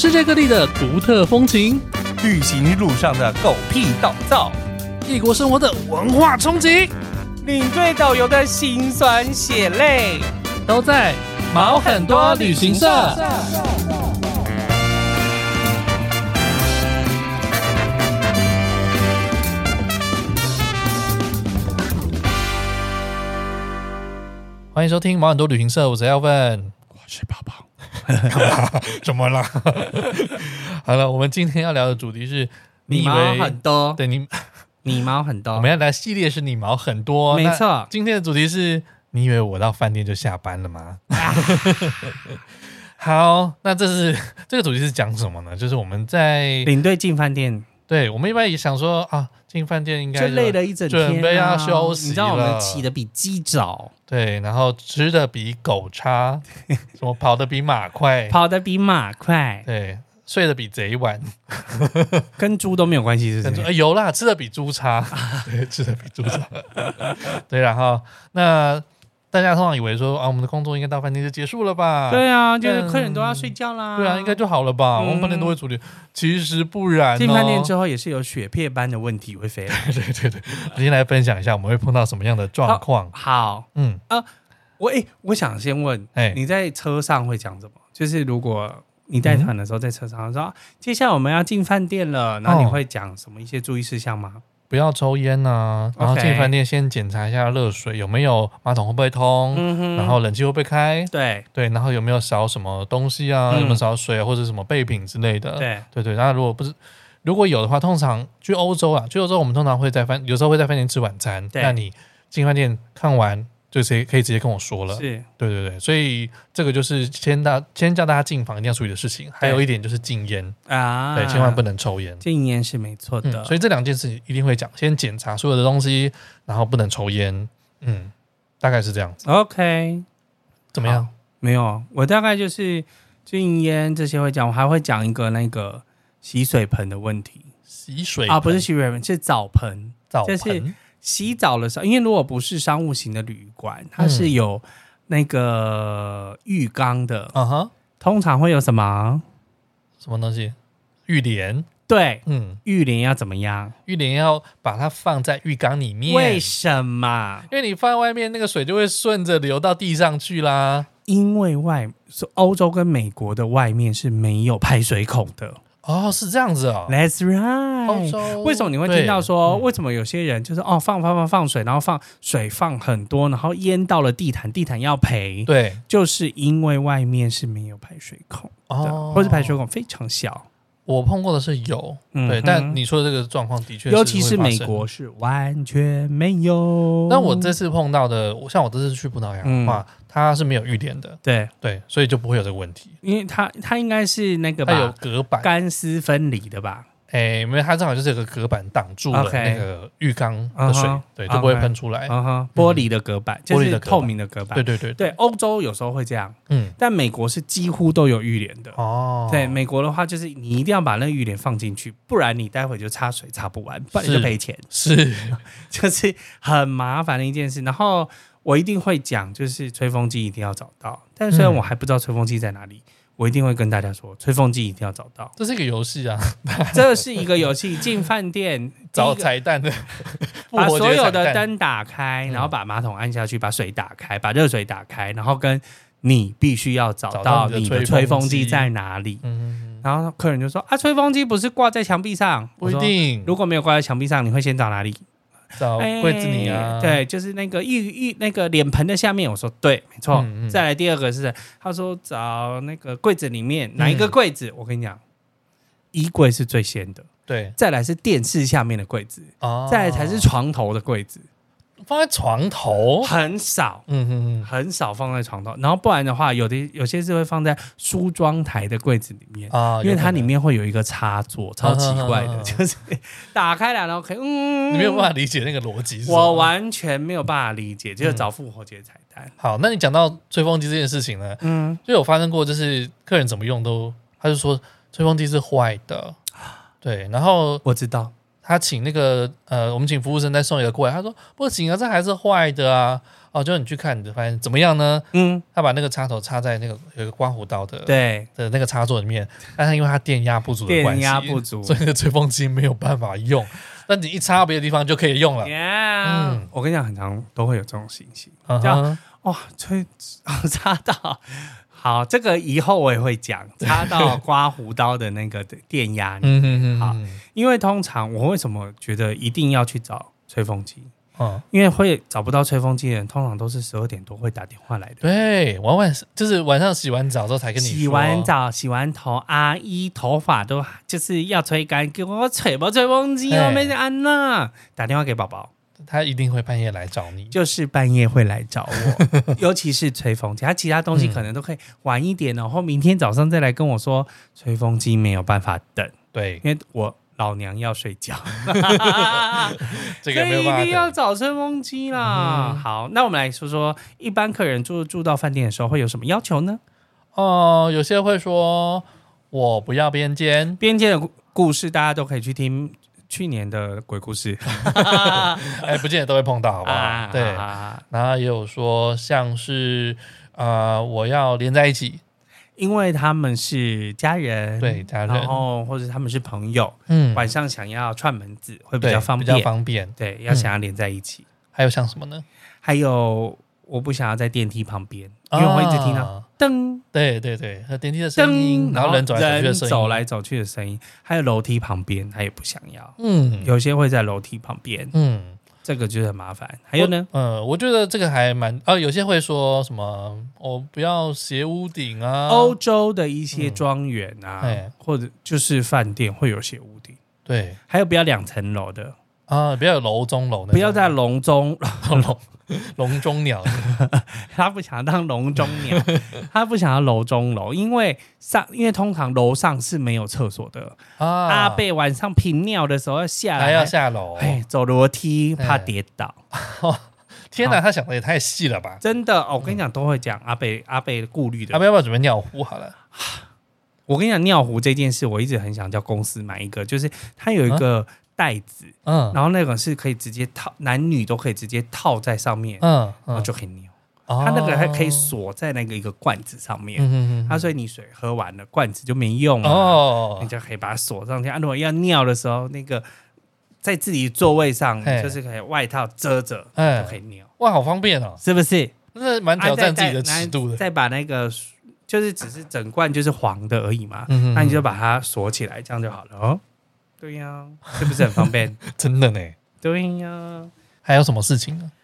世界各地的独特风情， 旅行路上的狗屁倒灶， 异国生活的文化冲击， 领队导游的辛酸血泪， 都在毛很多旅行社。欢迎收听毛很多旅行社，我是 Elvin， 我是宝宝。 怎么了？好了，我们今天要聊的主题是你毛很多， 对你毛很多。 我们要来系列是你毛很多， 没错。 今天的主题是你以为我到饭店就下班了吗？好，那这个主题是讲什么呢？就是我们在领队进饭店， 对我们一般也想说啊，进饭店应该就累了一整天， 准备要休息了。 你知道我们起得比鸡早， 对，然后吃的比狗差，什么跑得比马快， 跑得比马快， 对，睡得比贼晚， 跟猪都没有关系，是不是？ 有啦，吃的比猪差，对，吃的比猪差，对，然后那大家通常以为说啊，我们的工作应该到饭店就结束了吧？ 对啊，就是客人都要睡觉啦。 对啊，应该就好了吧？我们饭店都会处理，其实不然。 进饭店之后也是有雪片般的问题会飞来。 对，我今天来分享一下我们会碰到什么样的状况。 好，我想先问，你在车上会讲什么？就是如果你带团的时候在车上说，接下来我们要进饭店了，然后你会讲什么一些注意事项吗？ 不要抽烟啊，然后进饭店先检查一下热水有没有，马桶会不会通，然后冷气会不会开， 对， 然后有没有少什么东西啊，有没有少水啊，或者什么备品之类的，对。然后如果有的话，通常去欧洲我们通常会有时候会在饭店吃晚餐，那你进饭店看完就可以直接跟我说了， 是， 对，所以这个就是先叫大家进房一定要注意的事情。还有一点就是禁烟啊，对，千万不能抽烟， 禁烟是没错的， 所以这两件事情一定会讲，先检查所有的东西，然后不能抽烟，大概是这样子。 OK， 怎么样？ 没有，我大概就是禁烟这些会讲，我还会讲一个那个洗水盆的问题。 洗水盆不是洗水盆，是澡盆，就是洗澡的时候，因为如果不是商务型的旅馆，它是有那个浴缸的，通常会有什么东西？浴帘。 对，浴帘要怎么样？ 浴帘要把它放在浴缸里面。 为什么？ 因为你放在外面，那个水就会顺着流到地上去啦。 因为欧洲跟美国的外面是没有排水孔的。 哦，是这样子哦。 That's right。为什么你会听到说，为什么有些人就是放水，然后水放很多，然后淹到了地毯，地毯要赔？ 对， 就是因为外面是没有排水孔的，或是排水孔非常小。 我碰过的是有，对，但你说的这个状况的确是， 尤其是美国是完全没有。 那我这次碰到的，像我这次去葡萄牙的话，它是没有浴帘的，对，所以就不会有这个问题， 因为它应该是那个吧， 它有隔板， 干湿分离的吧。 没有，它正好就是有个隔板挡住了那个浴缸的水，对，就不会喷出来。 玻璃的隔板，就是透明的隔板。对，欧洲有时候会这样，但美国是几乎都有浴帘的。对，美国的话就是你一定要把那个浴帘放进去，不然你待会就擦水擦不完，不然就赔钱。 是， 就是很麻烦的一件事。然后我一定会讲，就是吹风机一定要找到，但虽然我还不知道吹风机在哪里。我一定会跟大家说，吹风机一定要找到。 这是一个游戏啊， 这是一个游戏。进饭店找彩蛋的， 把所有的灯打开，然后把马桶按下去，把水打开，把热水打开，然后跟你必须要找到你的吹风机在哪里。然后客人就说吹风机不是挂在墙壁上？ 不一定。 如果没有挂在墙壁上，你会先找哪里？ 找柜子里啊， 对，就是那个那个脸盆的下面。我说对，没错。再来第二个是，他说找那个柜子里面哪一个柜子？我跟你讲，衣柜是最先的， 对， 再来是电视下面的柜子，再来才是床头的柜子。 放在床头很少，很少放在床头。然后不然的话，有些是会放在梳妆台的柜子里面因为它里面会有一个插座，超奇怪的，就是打开来然后可以， 你没有办法理解那个逻辑是什么？ 我完全没有办法理解，就是找复活节彩蛋。 好，那你讲到吹风机这件事情呢，就有发生过，就是客人怎么用他就说吹风机是坏的，对，然后我知道。 他请那个我们请服务生再送一个过来，他说不行啊，这还是坏的啊。哦，就你去看，你就发现怎么样呢？他把那个插头插在那个有一个刮胡刀的那个插座里面，但是因为它电压不足的关系，所以那个吹风机没有办法用。但你一插到别的地方就可以用了。 我跟你讲，很常都会有这种情形，这样哇，插到。好，这个以后我也会讲，插到刮胡刀的那个电压。好，因为通常我为什么觉得一定要去找吹风机？因为会找不到吹风机的人，通常都是12点多会打电话来的。 对，就是晚上洗完澡之后才跟你说。 洗完澡、洗完头，阿姨头发都就是要吹干，给我吹风机哦，没得安娜打电话给宝宝。 他一定会半夜来找你， 就是半夜会来找我，尤其是吹风机，他其他东西可能都可以晚一点，然后明天早上再来跟我说，吹风机没有办法等， 对， 因为我老娘要睡觉， 这个没有办法， 所以一定要找吹风机啦。好，那我们来说说，一般客人住到饭店的时候会有什么要求呢？ 有些会说我不要边间的故事，大家都可以去听。去年的鬼故事不见得都会碰到，好不好？对，然后也有说像是我要连在一起， 因为他们是家人， 对家人， 然后或者他们是朋友，晚上想要串门子会比较方便，对，要想要连在一起。 还有像什么呢？ 还有我不想要在电梯旁边，因为我一直听到噔， 对对对，和电梯的声音，然后人走来走去的声音，还有楼梯旁边，他也不想要。有些会在楼梯旁边，这个就很麻烦。还有呢， 我觉得这个还蛮有些会说什么我不要斜屋顶啊， 欧洲的一些庄园啊，或者就是饭店会有斜屋顶， 对， 还有不要2层楼的不要有楼中楼， 不要在笼中鸟， 他不想当笼中鸟，他不想要楼中楼，因为通常楼上是没有厕所的阿伯晚上频尿的时候要下来， 还要下楼， 走楼梯怕跌倒。 天哪，他想的也太细了吧！ 真的我跟你讲，都会讲阿伯顾虑的。 阿伯要不要准备尿壶好了？ 我跟你讲，尿壶这件事，我一直很想叫公司买一个，就是它有一个袋子，然后那个是可以直接套，男女都可以直接套在上面，然后就可以尿。它那个还可以锁在那个一个罐子上面，所以你水喝完了，罐子就没用了，你就可以把它锁上去。如果要尿的时候，那个在自己座位上，就是可以外套遮着就可以尿。 哇，好方便哦， 是不是？ 真的蛮挑战自己的尺度的。 再把那个就是只是整罐就是黄的而已嘛，那你就把它锁起来，这样就好了哦。对呀，是不是很方便？ 真的呢。 对呀， 还有什么事情呢？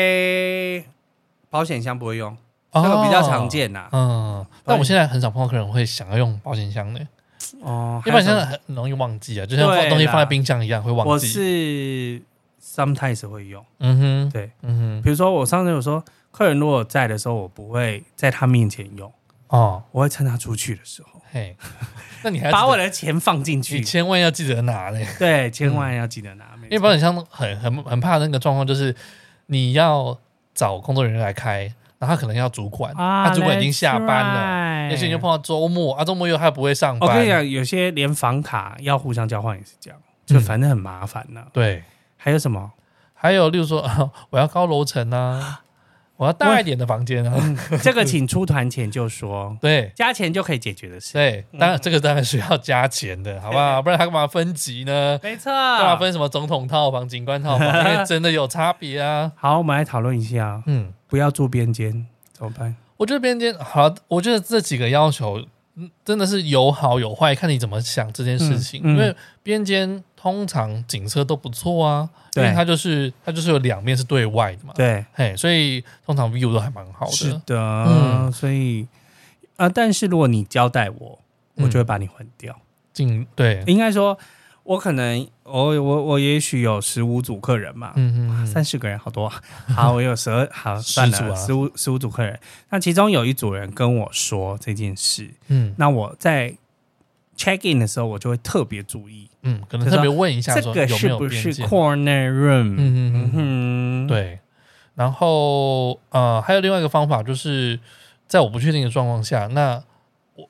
保险箱不会用，这个比较常见呐。 但我现在很少碰到客人会想要用保险箱的。一般现在很容易忘记啊，就像东西放在冰箱一样会忘记。 我是 sometimes 会用，对，比如说我上次有说，客人如果在的时候，我不会在他面前用，我会趁他出去的时候。 那你还把我的钱放进去， 你千万要记得拿嘞。 对，千万要记得拿， 因为保险箱很怕那个状况，就是你要找工作人员来开，然后他可能要主管，他主管已经下班了，而且你就碰到周末周末又他不会上班。 我跟你讲，有些连房卡要互相交换也是这样，就反正很麻烦呢。 对， 还有什么？ 还有例如说，我要高楼层啊。我要大一点的房间啊！ 这个请出团前就说， 对， 加钱就可以解决的事。 对，当然这个当然需要加钱的，好不好？不然他干嘛分级呢？ 没错， 干嘛分什么总统套房、警官套房？因为真的有差别啊。 好，我们来讨论一下，不要住边间怎么办？ 我觉得边间好，我觉得这几个要求真的是有好有坏，看你怎么想这件事情。因为边间通常景色都不错啊。因为它就是有两面是对外的嘛， 对， 所以通常 view 都还蛮好的。 是的，所以但是如果你交代我就会把你换掉。 对， 应该说，我可能我也许有15组客人嘛，30个人好多。好，我有好算了15组客人，那其中有一组人跟我说这件事，那我在check in 的时候，我就会特别注意， 可能特别问一下说这个是不是 corner room？ 对。然后还有另外一个方法，就是在我不确定的状况下，那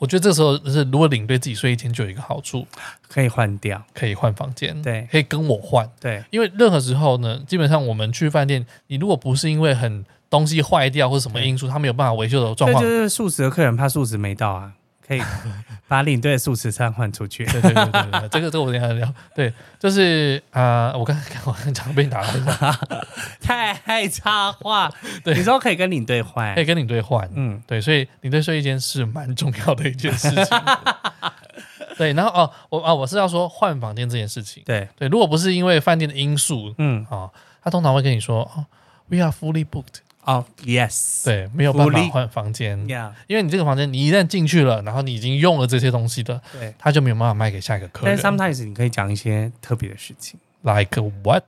我觉得这时候是如果领队自己睡一天就有一个好处， 可以换掉， 可以换房间， 对， 可以跟我换， 对， 因为任何时候呢，基本上我们去饭店，你如果不是因为东西坏掉或者什么因素，他没有办法维修的状况， 这就是素食的客人怕素食没到啊，可以把领队的素食餐换出去。 对，这个我等一下聊。对，就是我刚讲被你打了， 太插话。 对， 你说可以跟领队换， 可以跟领队换，对，所以领队睡一间是蛮重要的一件事情。对，然后我是要说换房间这件事情。 对， 如果不是因为饭店的因素，他通常会跟你说，we are fully booked。 yes， 对，没有办法换房间，因为你这个房间你一旦进去了，然后你已经用了这些东西的， 对，他就没有办法卖给下一个客人。 但 sometimes 你可以讲一些特别的事情 ，like what？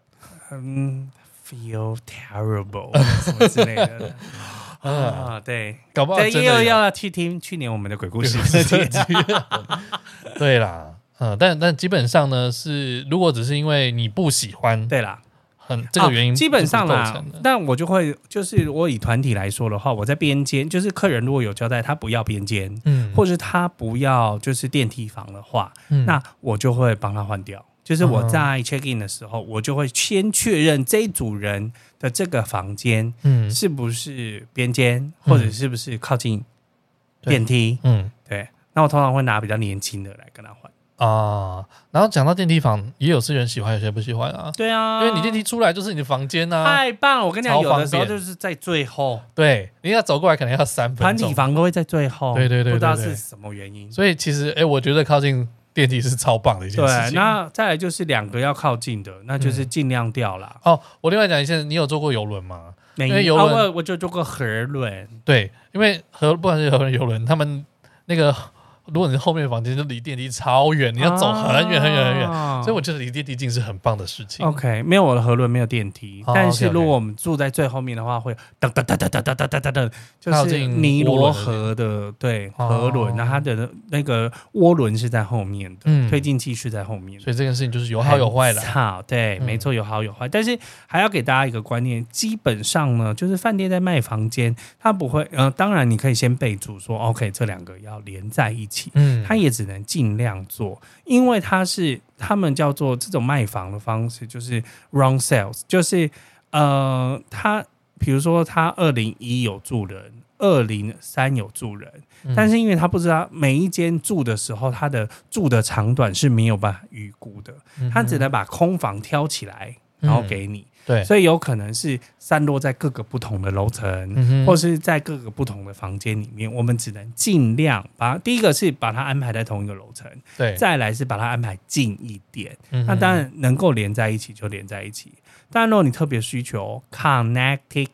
feel terrible 什么之类的。对， 搞不好真的又要去听去年我们的鬼故事设计。 对啦，但基本上呢是，如果只是因为你不喜欢， 对啦。 这个原因基本上啦，但我就会就是我以团体来说的话，我在边间，就是客人如果有交代他不要边间，或是他不要就是电梯房的话，那我就会帮他换掉。就是我在 check in 的时候，我就会先确认这一组人的这个房间，是不是边间，或者是不是靠近电梯，对。那我通常会拿比较年轻的来跟他换。 然后讲到电梯房，也有些人喜欢，有些人不喜欢啊。 对啊， 因为你电梯出来就是你的房间啊， 太棒了！我跟你讲，有的时候就是在最后， 对，你要走过来可能要3分钟， 团体房都会在最后， 对， 不知道是什么原因。 所以其实，我觉得靠近电梯是超棒的一件事情。 对，那再来就是2个要靠近的，那就是尽量掉啦。 我另外讲一件，你有坐过邮轮吗？ 因为邮轮我就坐过河轮， 对，因为不管是河轮，他们那个。如果你是后面的房间，就离电梯超远，你要走很远很远很远，所以我觉得离电梯近是很棒的事情。 OK， 没有我的河轮没有电梯，但是如果我们住在最后面的话，会噔噔噔噔噔噔噔噔噔，就是尼罗河的对河轮，那它的那个涡轮是在后面的，推进器是在后面的， 所以这件事情就是有好有坏的。 好，对，没错，有好有坏，但是还要给大家一个观念，基本上呢，就是饭店在卖房间，它不会，当然你可以先备注说 ，OK， 这2个要连在一起。他也只能尽量做，因为他们叫做这种卖房的方式，就是 wrong sales， 就是他比如说他201有住人，203有住人，但是因为他不知道每一间住的时候，他的住的长短是没有办法预估的，他只能把空房挑起来，然后给你。 对， 所以有可能是散落在各个不同的楼层，或是在各个不同的房间里面，我们只能尽量第一个是把它安排在同一个楼层， 对， 再来是把它安排近一点。那当然能够连在一起就连在一起。当然，如果你特别需求 connected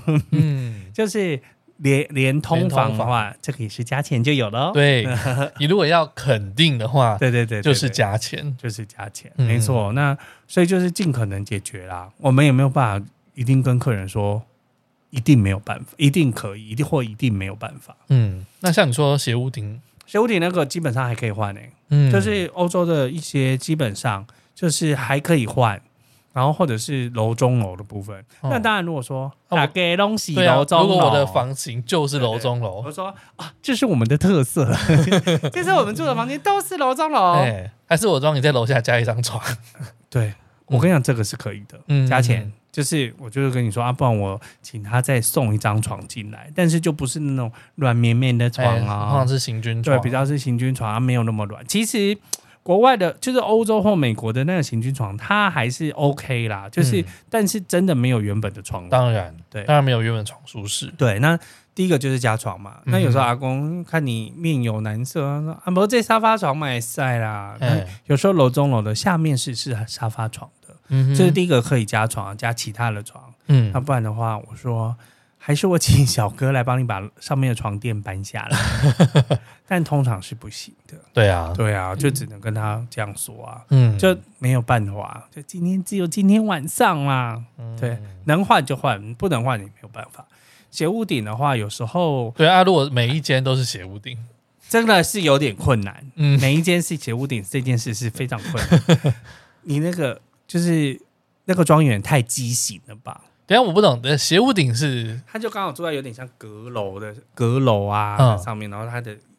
room，就是连通房的话，这个也是加钱就有了。 对，你如果要肯定的话， 对， 就是加钱， 没错。那所以就是尽可能解决啦。我们也没有办法一定跟客人说一定没有办法，一定可以，一定没有办法。 那像你说斜屋顶那个基本上还可以换就是欧洲的一些基本上就是还可以换。然后或者是楼中楼的部分，那当然如果说打给东西楼中楼， 如果我的房型就是楼中楼， 我说这是我们的特色，就是我们住的房间都是楼中楼， 还是我让你在楼下加一张床？ 对，我跟你讲这个是可以的，加钱，就是我就是跟你说不然我请他再送一张床进来，但是就不是那种软绵绵的床啊， 通常是行军床， 对，比较是行军床，没有那么软，其实。国外的，就是欧洲或美国的那个行军床，它还是 OK 啦，就是，但是真的没有原本的床， 当然没有原本床舒适。 对，那第一个就是加床嘛。那有时候阿公看你面有难色，他说不，这沙发床买晒啦。有时候楼中楼的下面是沙发床的，这是第一个可以加床，加其他的床。那不然的话，我说。还是我请小哥来帮你把上面的床垫搬下来，但通常是不行的。 对啊， 就只能跟他这样说啊，就没有办法，就只有今天晚上啦。对，能换就换，不能换也没有办法。斜屋顶的话，有时候对啊，如果每一间都是斜屋顶， 真的是有点困难。每一间是斜屋顶这件事是非常困难。你那个就是那个庄园太畸形了吧？ 等一下我不懂，斜屋顶是， 它就刚好住在有点像阁楼啊上面，然后它的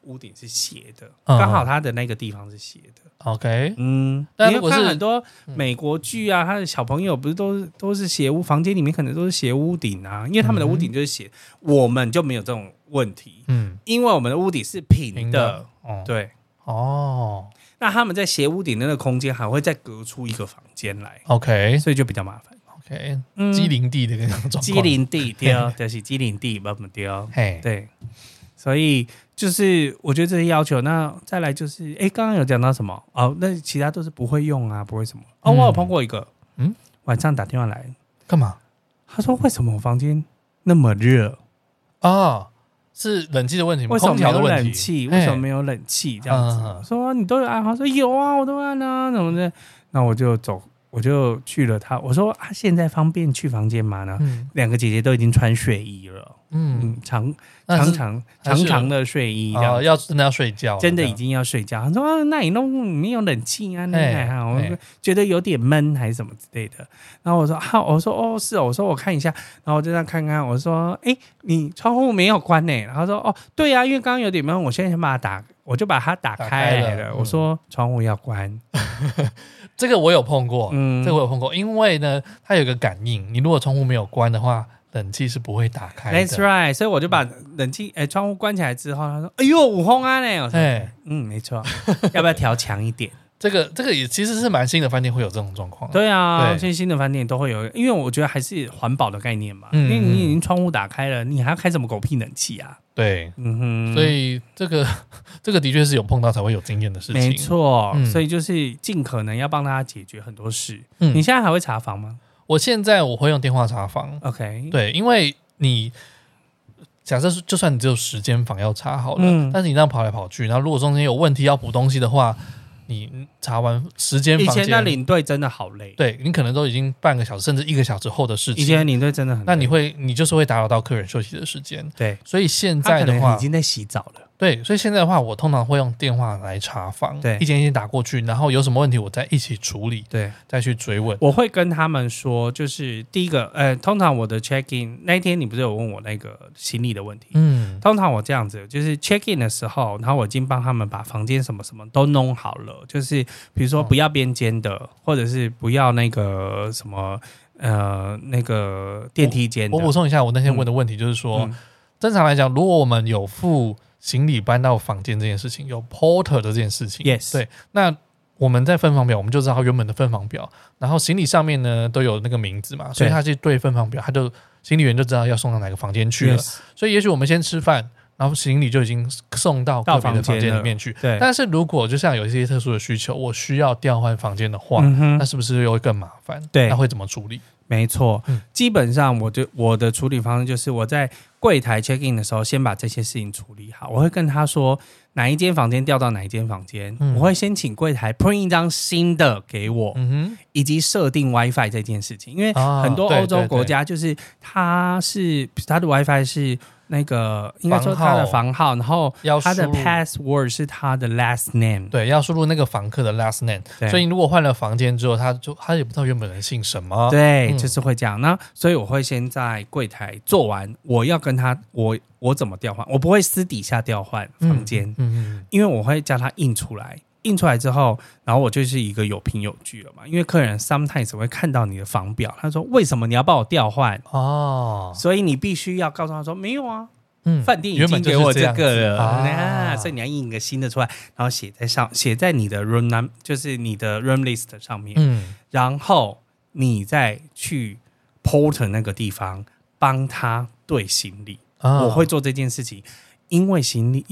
屋顶是斜的，刚好它的那个地方是斜的。 OK， 但如果是很多美国剧啊，他的小朋友不是都是斜屋，房间里面可能都是斜屋顶啊，因为他们的屋顶就是斜，我们就没有这种问题。因为我们的屋顶是平的。对，那他们在斜屋顶的那个空间还会再隔出一个房间来。 OK， 所以就比较麻烦。 OK， 机灵地的那种状况。 机灵地对，就是机灵地不对。对，所以。就是我觉得这些要求，那再来就是，刚刚有讲到什么那其他都是不会用啊，不会什么我有碰过一个，晚上打电话来干嘛？ 他说为什么我房间那么热是冷气的问题吗？ 为什么没有冷气？为什么没有冷气？这样子说你都有按，他说有啊，我都按啊，怎么的？那我就去了他，我说现在方便去房间吗呢？两个姐姐都已经穿睡衣了，长的睡衣， 要真的要睡觉， 真的已经要睡觉。他说那你弄没有冷气啊？我觉得有点闷还是什么之类的。然后我说好，我说是我说我看一下，然后我就这样看看，我说你窗户没有关呢？然后说对啊，因为刚刚有点闷，我现在先把它我就把它打开了。我说窗户要关。 这个我有碰过，因为呢，它有个感应，你如果窗户没有关的话，冷气是不会打开的。 That's right， 所以我就把冷气窗户关起来之后，他说：“哎呦，有风啊呢！”我说：“没错，要不要调强一点？” 这个也其实是蛮新的饭店会有这种状况。 对啊，所以新的饭店都会有，因为我觉得还是环保的概念嘛。因为你已经窗户打开了，你还要开什么狗屁冷气啊？ 对，所以这个的确是有碰到才会有经验的事情。 没错，所以就是尽可能要帮大家解决很多事。你现在还会查房吗？ 我现在会用电话查房。 OK， 对，因为你假设就算你只有10间房要查好了，但是你这样跑来跑去，然后如果中间有问题要补东西的话，你查完10间房间， 以前的领队真的好累， 对你可能都已经半个小时甚至1个小时后的事情。 以前的领队真的很累， 那你就是会打扰到客人休息的时间。 对， 所以现在的话已经在洗澡了。 对，所以现在的话，我通常会用电话来查房， 对， 一间一间打过去，然后有什么问题我再一起处理， 对， 再去追问。 我会跟他们说，就是第一个，通常我的 check in 那一天，你不是有问我那个行李的问题？通常我这样子，就是 check in 的时候，然后我已经帮他们把房间什么什么都弄好了，就是比如说不要边间的，或者是不要那个什么那个电梯间的。 我补充一下，我那天问的问题就是说，正常来讲，如果我们有付行李搬到房间这件事情，有 porter 的这件事情 ，yes， 对，那我们在分房表，我们就知道他原本的分房表，然后行李上面呢都有那个名字嘛，所以他去对分房表，行李员就知道要送到哪个房间去了。Yes， 所以也许我们先吃饭，然后行李就已经送到个别的房间里面去。 对， 但是如果就像有一些特殊的需求，我需要调换房间的话，那是不是又会更麻烦？ 对， 那会怎么处理？ 没错，基本上我的处理方式就是我在柜台 check in 的时候，先把这些事情处理好。我会跟他说哪一间房间调到哪一间房间，我会先请柜台 print 一张新的给我，以及设定 WiFi 这件事情。因为很多欧洲国家就是它的 WiFi 是那个应该说他的房号，然后他的 password 是他的 last name， 对，要输入那个房客的 last name， 所以如果换了房间之后，他也不知道原本人姓什么， 对，就是会这样。那所以我会先在柜台做完，我要跟他我怎么调换，我不会私底下调换房间，因为我会叫他印出来。印出来之后，然后我就是一个有凭有据了嘛，因为客人 sometimes 会看到你的房表，他说为什么你要帮我调换所以你必须要告诉他说没有啊，饭店已经给我这个了所以你要印一个新的出来，然后写在你的 room number， 就是你的 room list 上面，然后你再去 porter 那个地方帮他对行李，我会做这件事情，因为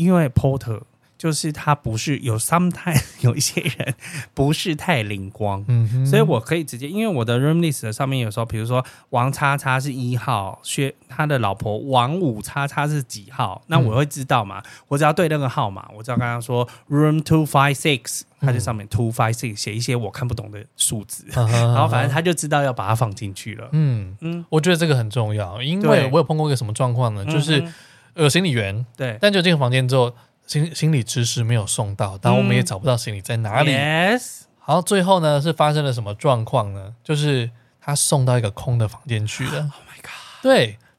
porter就是他不是有 sometimes 有一些人不是太灵光，所以我可以直接，因为我的 room list 上面有时候，比如说王叉叉是1号，他的老婆王五叉叉是几号，那我会知道嘛，我只要对那个号码，我只要跟他说 room 256，他就上面256写一些我看不懂的数字，然后反正他就知道要把它放进去了。 我觉得这个很重要，因为我有碰过一个什么状况呢，就是有行李员， 对， 但就进房间之后。行李迟迟没有送到，但我们也找不到行李在哪里。 Yes， 然后最后呢是发生了什么状况呢？就是他送到一个空的房间去了。 Oh my god！ 对，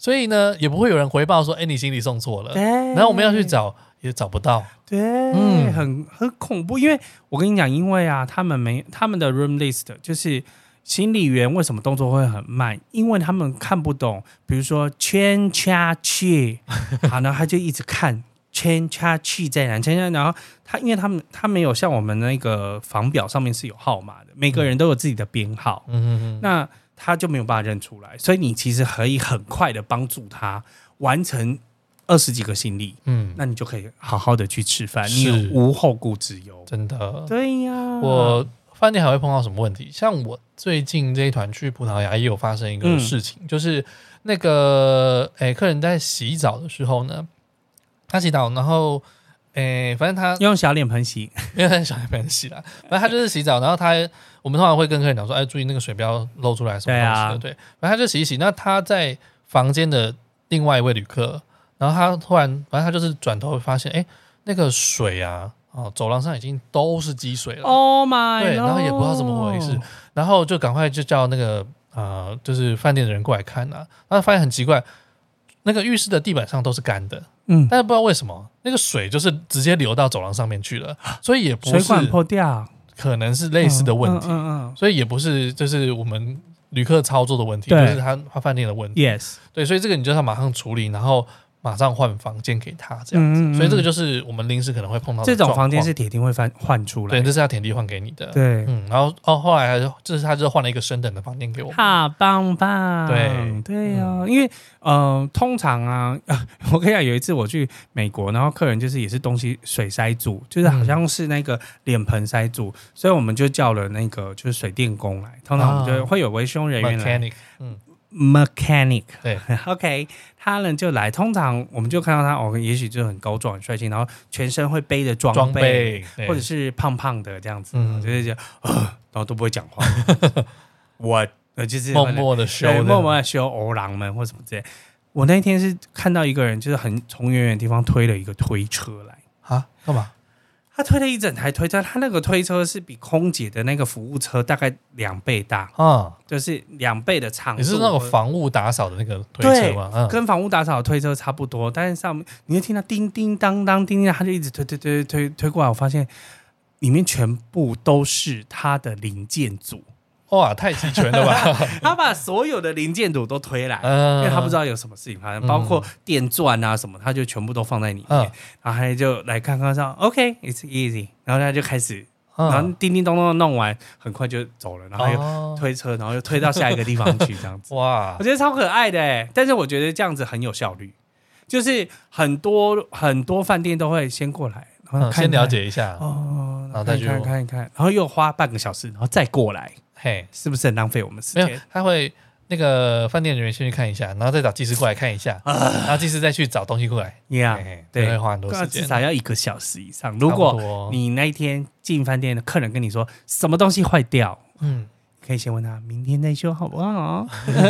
所以呢也不会有人回报说你行李送错了，然后我们要去找也找不到， 对，很恐怖。因为我跟你讲，因为啊他们的 room list 就是行李员为什么动作会很慢，因为他们看不懂，比如说圈掐去，好，然后他就一直看圈掐去在哪，然后因为他没有像我们那个房表上面是有号码的，每个人都有自己的编号，那他就没有办法认出来，所以你其实可以很快的帮助他完成20几个行李，那你就可以好好的去吃饭，你有无后顾之忧。真的，对呀。 我饭店还会碰到什么问题？像我最近这一团去葡萄牙也有发生一个事情，就是那个客人在洗澡的时候呢，他洗澡，然后反正他用小脸盆洗， 因为他小脸盆洗啦，反正他就是洗澡，然后我们通常会跟客人讲说，注意那个水不要漏出来什么东西的，对，反正他就洗一洗，那他在房间的另外一位旅客，然后他突然，反正他就是转头发现，那个水啊。走廊上已经都是积水了 ，Oh my！ 对，然后也不知道怎么回事，然后就赶快就叫那个就是饭店的人过来看啊，然后发现很奇怪，那个浴室的地板上都是干的，但是不知道为什么那个水就是直接流到走廊上面去了，所以也不是水管破掉， 可能是类似的问题，所以也不是就是我们旅客操作的问题，就是他饭店的问题 ，Yes， 对，所以这个你就要马上处理，然后马上换房间给他这样子，所以这个就是我们临时可能会碰到的这种房间是铁定会换出来， 对，这是要铁定换给你的， 对， 然后后来他就换了一个升等的房间给我们， 好棒棒，对啊，因为通常啊，我跟你讲，有一次我去美国，然后客人就是也是东西水塞住，就是好像是那个脸盆塞住，所以我们就叫了那个就是水电工来，通常我们就会有维修人员来。Mechanic 对，OK， 他呢就来，通常我们就看到他也许就很高壮很帅气，然后全身会背着装备或者是胖胖的这样子，就是然后都不会讲话，我就是默默的修欧郎们或什么之类。我那天是看到一个人就是从远远的地方推了一个推车来啊，干嘛？ 他推了一整台推车，他那个推车是比空姐的那个服务车大概2倍大，就是2倍的长度。 你是那种房屋打扫的那个推车吗？ 跟房屋打扫的推车差不多，但是上面你会听到叮叮当当，叮叮当，他就一直推过来。我发现里面全部都是他的零件组。 哇，太齐全了吧！ 他把所有的零件组都推来，因为他不知道有什么事情发生，包括电钻啊什么，他就全部都放在里面，然后他就来看看说 OK，it's easy， 然后他就开始，然后叮叮咚咚弄完，很快就走了，然后又推车，然后又推到下一个地方去，这样子。哇，我觉得超可爱的，但是我觉得这样子很有效率，就是很多饭店都会先过来，然后先了解一下， 然后再去看一看，然后又花半个小时，然后再过来。嘿，是不是很浪费我们时间？ 没有，他会那个饭店人员先去看一下，然后再找技师过来看一下，然后技师再去找东西过来。对，会花很多时间， 至少要1个小时以上。如果你那一天进饭店的客人跟你说什么东西坏掉，可以先问他明天再修好不好？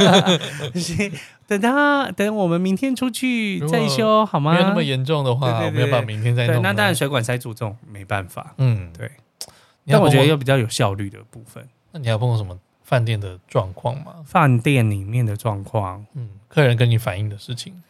等我们明天出去再修好吗？ 没有那么严重的话，我们要把明天再弄。 那当然水管塞住这种没办法。对。但我觉得又比较有效率的部分。 那你还碰过什么饭店的状况吗？ 饭店里面的状况， 客人跟你反映的事情，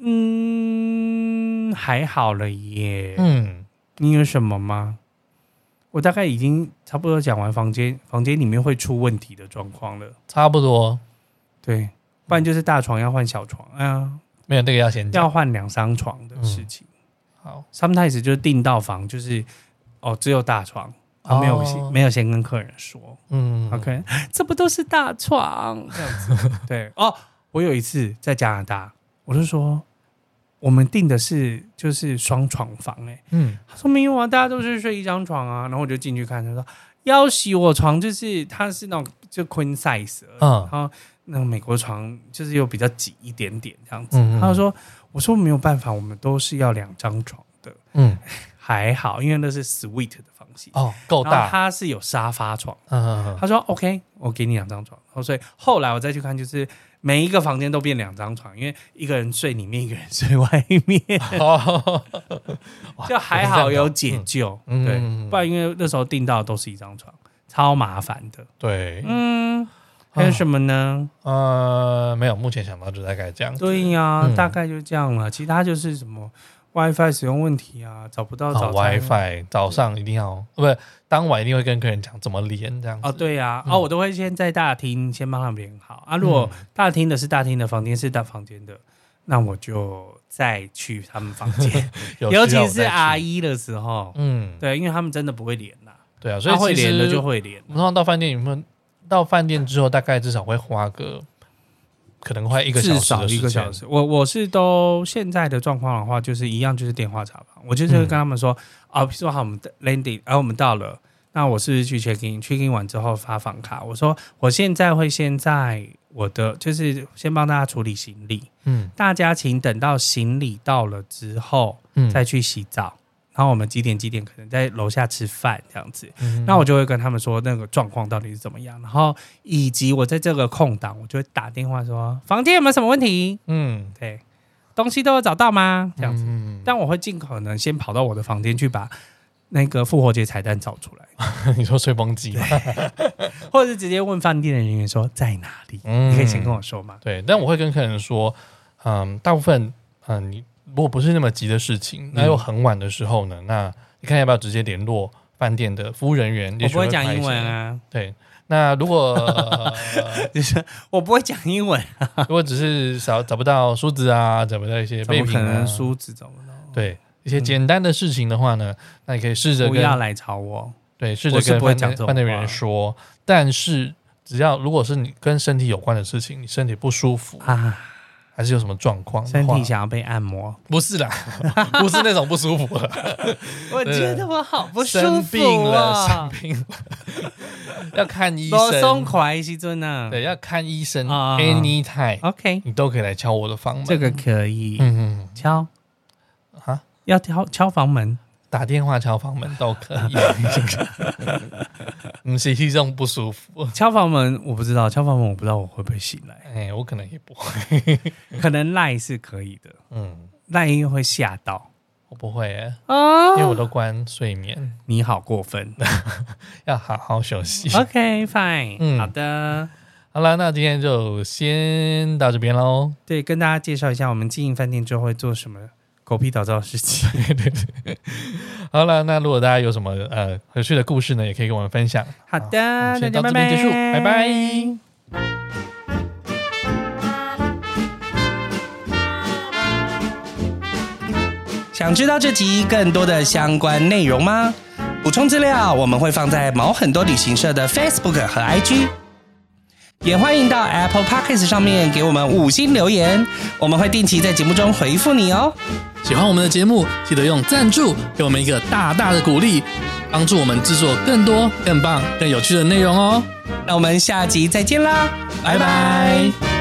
还好了耶。你有什么吗？我大概已经差不多讲完房间里面会出问题的状况了， 差不多。对， 不然就是大床要换小床没有那个要先讲， 要换2张床的事情。好 ，sometimes 就是订到房就是只有大床。没有先跟客人说，OK， 这不都是大床这样子？对我有一次在加拿大，我就说我们订的是就是双床房，他说没有啊，大家都是睡1张床啊，然后我就进去看，他说要洗我床就是它是那种就 queen size，然后那种美国床就是又比较挤一点点这样子，他就说我说没有办法，我们都是要2张床的，还好，因为那是 suite 的房型够大， 它是有沙发床。他说 OK， 我给你2张床。所以后来我再去看，就是每一个房间都变2张床，因为一个人睡里面，一个人睡外面，就还好有解救。对，不然因为那时候订到都是1张床，超麻烦的。 对， 还有什么呢？ 没有，目前想到就大概这样。 对呀，大概就这样了。其他就是什么 WiFi 使用问题啊，找不到早餐。 WiFi 早上一定要，不是当晚一定会跟客人讲怎么连这样子。 哦，对呀，我都会先在大厅先帮他们连好啊。如果大厅的是大厅的，房间是大房间的，那我就再去他们房间。尤其是阿姨的时候，对，因为他们真的不会连啦。 对啊，所以会连的就会连。 通常到饭店，你们到饭店之后，大概至少会花个可能快1个小时的时间。 至少1个小时。我是都现在的状况的话，就是一样，就是电话查房。我就是会跟他们说，比如说好，我们 landing， 我们到了，那我是不是去 check in 完之后发房卡？我说我现在会先在我的，就是先帮大家处理行李。大家请等到行李到了之后，再去洗澡。然后我们几点可能在楼下吃饭这样子，那我就会跟他们说那个状况到底是怎么样，然后以及我在这个空档，我就会打电话说房间有没有什么问题，对，东西都有找到吗？这样子，但我会尽可能先跑到我的房间去把那个复活节彩蛋找出来。 你说吹风机吗？ 或者是直接问饭店的人员说在哪里？你可以先跟我说吗？ 对，但我会跟客人说，大部分你如果不是那么急的事情，那又很晚的时候呢，那你看要不要直接联络饭店的服务人员？ 我不会讲英文啊。 对，那如果就是我不会讲英文， 如果只是找不到梳子啊，找不到一些备品啊， 可能梳子找不到。 对，一些简单的事情的话呢，那你可以试着不要来吵我。 对，试着跟饭店人说。但是如果是你跟身体有关的事情，你身体不舒服啊。还是有什么状况？ 身体想要被按摩？ 不是啦，不是那种不舒服了。 我觉得我好不舒服， 生病了，要看医生。 多松快时阵啊！ 对，要看医生。Anytime，OK， 你都可以来敲我的房门。 这个可以，敲啊，要敲房门， 打电话敲房门都可以。是一种不舒服。 敲房门我不知道，我不知道我会不会醒来。 我可能也不会， 可能赖是可以的。赖因为会吓到， 我不会因为我都关睡眠。 你好过分， 要好好休息。 OK fine，好的， 好了，那今天就先到这边喽。 对，跟大家介绍一下我们经营饭店之后会做什么狗屁倒灶的事情。 对，好了，那如果大家有什么有趣的故事呢，也可以跟我们分享。 好的，那先到这边结束，拜拜。 想知道这集更多的相关内容吗？补充资料我们会放在毛很多旅行社的 Facebook 和 IG， 也欢迎到 Apple Podcast 上面给我们5星留言，我们会定期在节目中回复你哦。 喜欢我们的节目，记得用赞助给我们一个大大的鼓励，帮助我们制作更多、更棒、更有趣的内容哦。 那我们下集再见啦，拜拜。